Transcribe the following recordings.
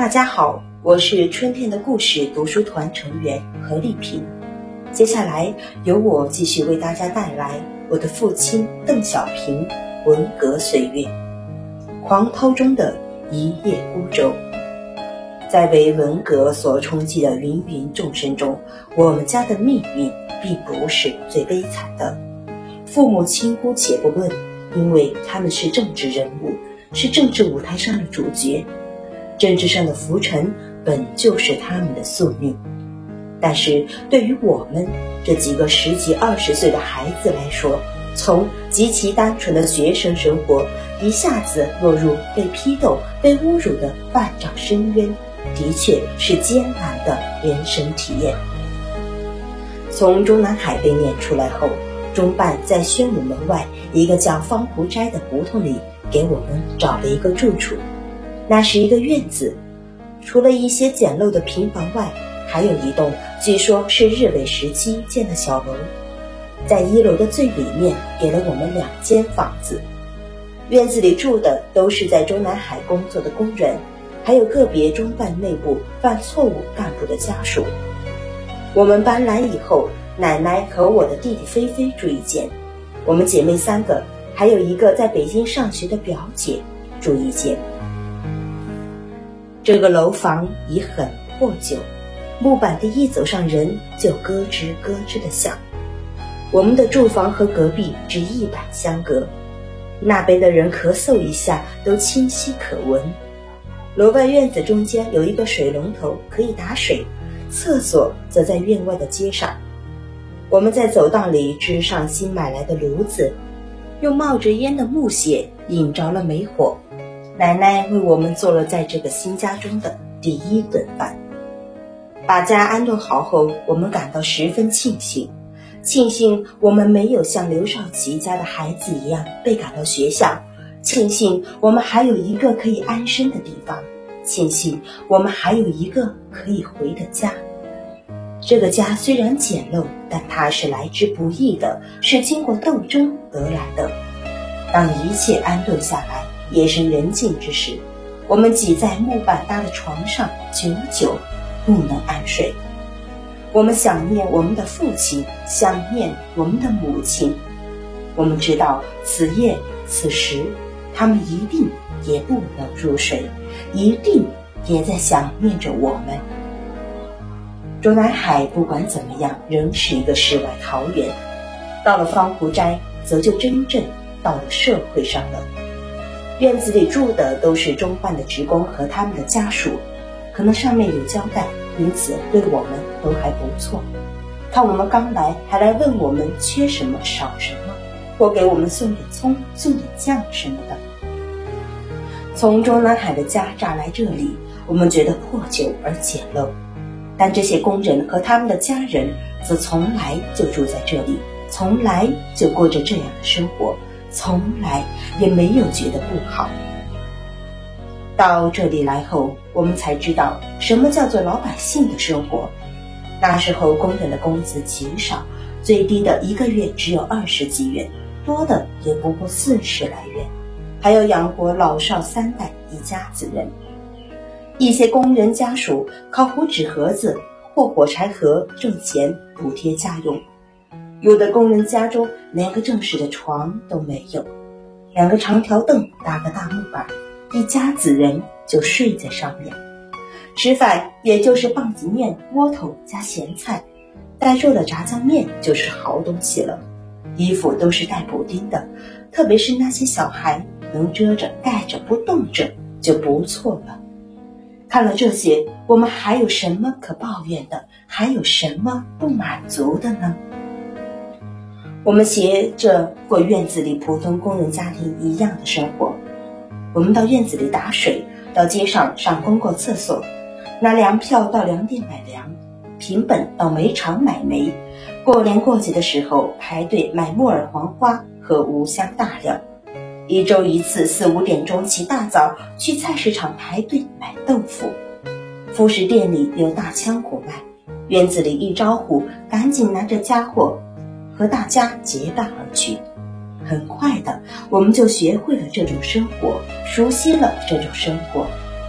大家好，我是春天的故事读书团成员何丽萍。接下来由我继续为大家带来我的父亲邓小平文革岁月，狂涛中的一叶孤舟。在为文革所冲击的芸芸众生中，我们家的命运并不是最悲惨的。父母亲姑且不论，因为他们是政治人物，是政治舞台上的主角，政治上的浮沉本就是他们的宿命。但是对于我们这几个10几20岁的孩子来说，从极其单纯的学生生活一下子落入被批斗、被侮辱的万丈深渊，的确是艰难的人生体验。从中南海被撵出来后，中办在宣武门外一个叫方湖斋的胡同里给我们找了一个住处。那是一个院子，除了一些简陋的平房外，还有一栋据说是日伪时期建的小楼。在1楼的最里面给了我们2间房子，院子里住的都是在中南海工作的工人，还有个别中办内部犯错误干部的家属。我们搬来以后，奶奶和我的弟弟菲菲住一间，我们姐妹3个还有一个在北京上学的表姐住一间。这个楼房已很破旧，木板地一走上人就咯吱咯吱的响。我们的住房和隔壁只1板相隔，那边的人咳嗽一下都清晰可闻。楼外院子中间有一个水龙头可以打水，厕所则在院外的街上。我们在走道里支上新买来的炉子，用冒着烟的木屑引着了煤火。奶奶为我们做了在这个新家中的第1顿饭。把家安顿好后，我们感到十分庆幸我们没有像刘少奇家的孩子一样被赶到学校，庆幸我们还有一个可以安身的地方，庆幸我们还有一个可以回的家。这个家虽然简陋，但它是来之不易的，是经过斗争得来的。当一切安顿下来，夜深人静之时，我们挤在木板搭的床上，久久不能安睡。我们想念我们的父亲，想念我们的母亲。我们知道此夜此时，他们一定也不能入睡，一定也在想念着我们。中南海不管怎么样，仍是一个世外桃源。到了方湖斋，则就真正到了社会上了。院子里住的都是中办的职工和他们的家属，可能上面有交代，因此对我们都还不错。看我们刚来，还来问我们缺什么少什么，或给我们送点葱送点酱什么的。从中南海的家乍来这里，我们觉得破旧而简陋，但这些工人和他们的家人则从来就住在这里，从来就过着这样的生活，从来也没有觉得不好。到这里来后，我们才知道什么叫做老百姓的生活。那时候工人的工资极少，最低的1个月只有20几元，多的也不过40来元，还要养活老少3代一家子人。一些工人家属靠糊纸盒子或火柴盒挣钱补贴家用，有的工人家中连个正式的床都没有，2个长条凳搭个大木板，一家子人就睡在上面。吃饭也就是棒子面、窝头加咸菜，带肉的炸酱面就是好东西了。衣服都是带补丁的，特别是那些小孩，能遮着盖着不动着就不错了。看了这些，我们还有什么可抱怨的？还有什么不满足的呢？我们学着过院子里普通工人家庭一样的生活。我们到院子里打水，到街上上公共厕所，拿粮票到粮店买粮，凭本到煤场买煤，过年过节的时候排队买木耳黄花和五香大料，1周1次4、5点钟起大早去菜市场排队买豆腐。副食店里有大枪火卖，院子里一招呼，赶紧拿着家伙和大家结伴而去。很快的，我们就学会了这种生活，熟悉了这种生活。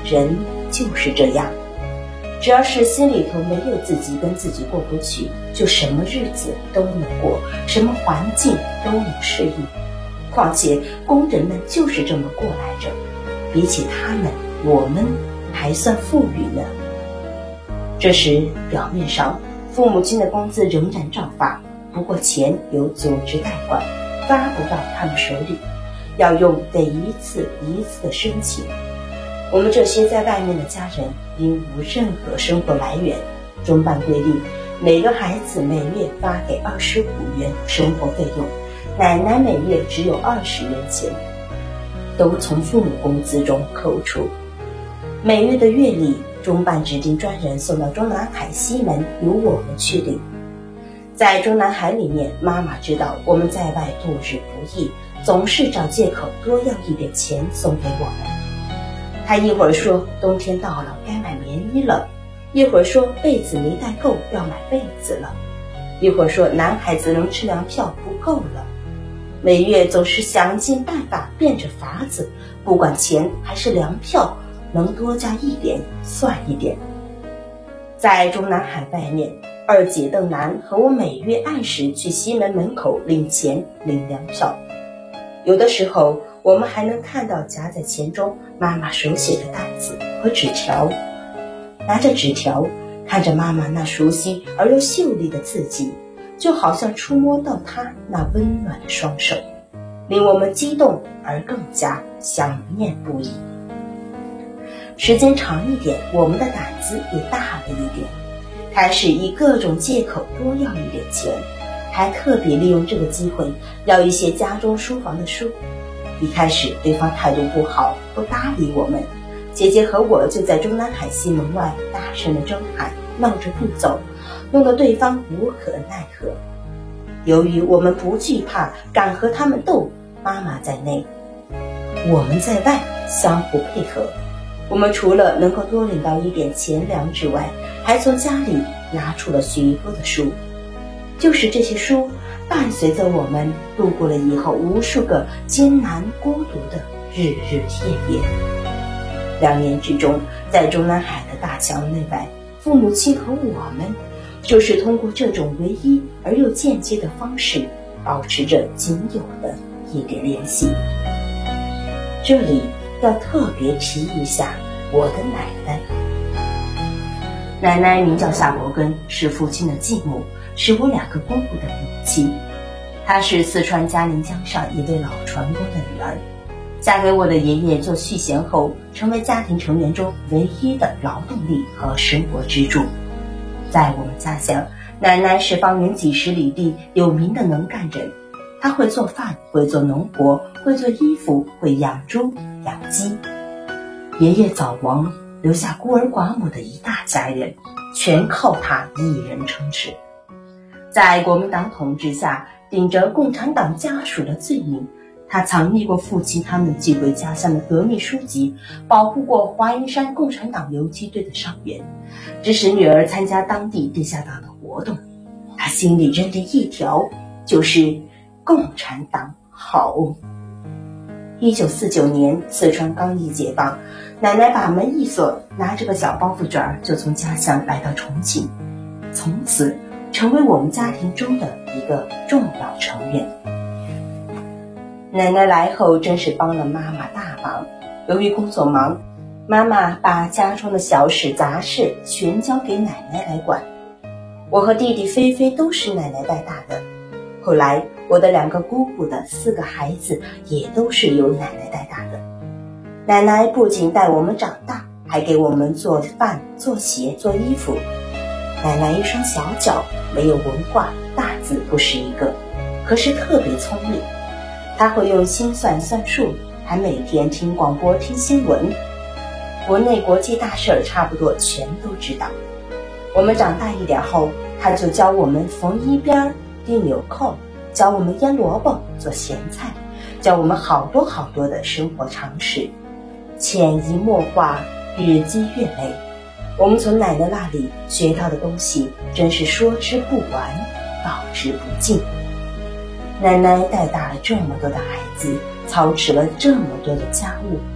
人就是这样，只要是心里头没有自己，跟自己过不去，就什么日子都能过，什么环境都能适应。况且工人们就是这么过来着，比起他们，我们还算富裕呢。这时表面上父母亲的工资仍然照发，不过钱由组织代管，发不到他们手里，要用得一次一次的申请。我们这些在外面的家人因无任何生活来源，中办规定每个孩子每月发给25元生活费用，奶奶每月只有20元钱，都从父母工资中扣除。每月的月例，中办指定专人送到中南海西门，由我们去领。在中南海里面，妈妈知道我们在外度日不易，总是找借口多要一点钱送给我们。她一会儿说冬天到了该买棉衣了，一会儿说被子没带够要买被子了，一会儿说男孩子能吃粮票不够了。每月总是想尽办法变着法子，不管钱还是粮票，能多加一点算一点。在中南海外面，二姐邓楠和我每月按时去西门门口领钱领粮票，有的时候我们还能看到夹在钱中妈妈手写的单子和纸条。拿着纸条，看着妈妈那熟悉而又秀丽的字迹，就好像触摸到她那温暖的双手，令我们激动而更加想念不已。时间长一点，我们的胆子也大了一点，开始以各种借口多要一点钱，还特别利用这个机会要一些家中书房的书。一开始对方态度不好，不搭理我们，姐姐和我就在中南海西门外大声的争喊，闹着不走，弄得对方无可奈何。由于我们不惧怕，敢和他们斗，妈妈在内，我们在外，相互配合。我们除了能够多领到一点钱粮之外，还从家里拿出了许多的书。就是这些书伴随着我们度过了以后无数个艰难孤独的日日夜夜。2年之中，在中南海的大墙内外，父母亲和我们就是通过这种唯一而又间接的方式，保持着仅有的一点联系。这里要特别提一下我的奶奶。奶奶名叫夏国根，是父亲的继母，是我2个姑姑的母亲。她是四川嘉陵江上一位老船工的女儿，嫁给我的爷爷做续弦后，成为家庭成员中唯一的劳动力和生活支柱。在我们家乡，奶奶是方圆几十里地有名的能干人，她会做饭，会做农活，会做衣服，会养猪养鸡。爷爷早亡，留下孤儿寡母的一大家人，全靠她一人撑持。在国民党统治下，顶着共产党家属的罪名，他藏匿过父亲他们寄回家乡的革命书籍，保护过华云山共产党游击队的伤员，支持女儿参加当地地下党的活动。他心里认定一条，就是共产党好。1949年，四川刚一解放，奶奶把门一锁，拿着个小包袱卷就从家乡来到重庆，从此成为我们家庭中的一个重要成员。奶奶来后真是帮了妈妈大忙，由于工作忙，妈妈把家中的小事杂事全交给奶奶来管。我和弟弟菲菲都是奶奶带大的，后来我的2个姑姑的4个孩子也都是由奶奶带大的。奶奶不仅带我们长大，还给我们做饭、做鞋、做衣服。奶奶一双小脚，没有文化，大字不识一个，可是特别聪明。她会用心算算数，还每天听广播听新闻，国内国际大事差不多全都知道。我们长大一点后，她就教我们缝衣边、钉纽扣，教我们腌萝卜做咸菜，教我们好多好多的生活常识，潜移默化，日积月累。我们从奶奶那里学到的东西真是说之不完，道之不尽。奶奶带大了这么多的孩子，操持了这么多的家务，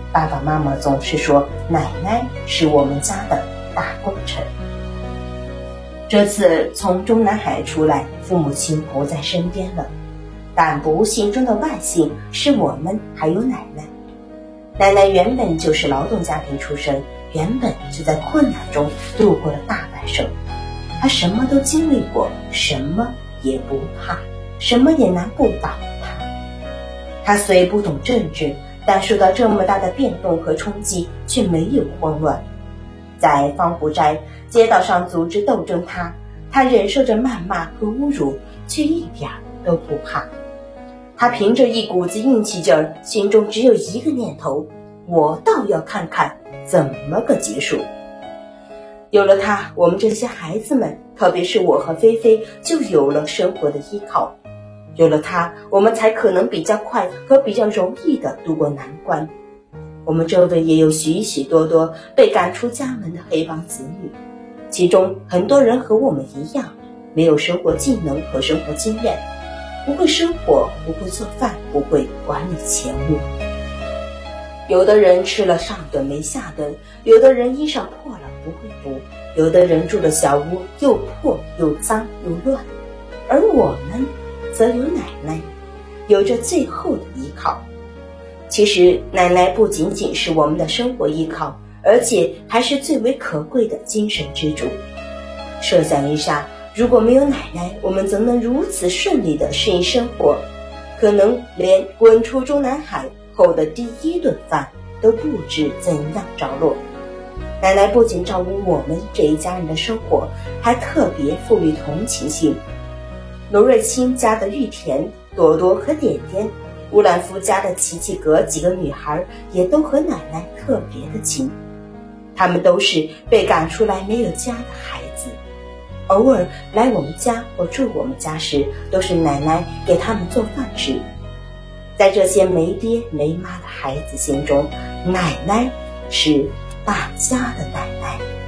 爸爸妈妈总是说奶奶是我们家的大功臣。这次从中南海出来，父母亲不在身边了，但不幸中的万幸是我们还有奶奶。奶奶原本就是劳动家庭出身，原本就在困难中度过了大半生。她什么都经历过，什么也不怕，什么也难不倒她。她虽不懂政治，但受到这么大的变动和冲击却没有慌乱。在方湖斋街道上组织斗争，她忍受着谩骂和侮辱，却一点都不怕。他凭着一股子硬气劲儿，心中只有一个念头：我倒要看看怎么个结束。有了他，我们这些孩子们，特别是我和菲菲，就有了生活的依靠。有了他，我们才可能比较快和比较容易地度过难关。我们周围也有许许多多被赶出家门的黑帮子女，其中很多人和我们一样，没有生活技能和生活经验，不会生火，不会做饭，不会管理钱物。有的人吃了上顿没下顿，有的人衣裳破了不会补，有的人住的小屋又破又脏又乱，而我们则有奶奶，有着最后的依靠。其实奶奶不仅仅是我们的生活依靠，而且还是最为可贵的精神支柱。设想一下，如果没有奶奶，我们怎能如此顺利地适应生活？可能连滚出中南海后的第一顿饭都不知怎样着落。奶奶不仅照顾我们这一家人的生活，还特别富于同情心。罗瑞卿家的玉田、朵朵和点点，乌兰夫家的琪琪格几个女孩也都和奶奶特别的亲。她们都是被赶出来没有家的孩子，偶尔来我们家或住我们家时，都是奶奶给他们做饭吃。在这些没爹没妈的孩子心中，奶奶是大家的奶奶。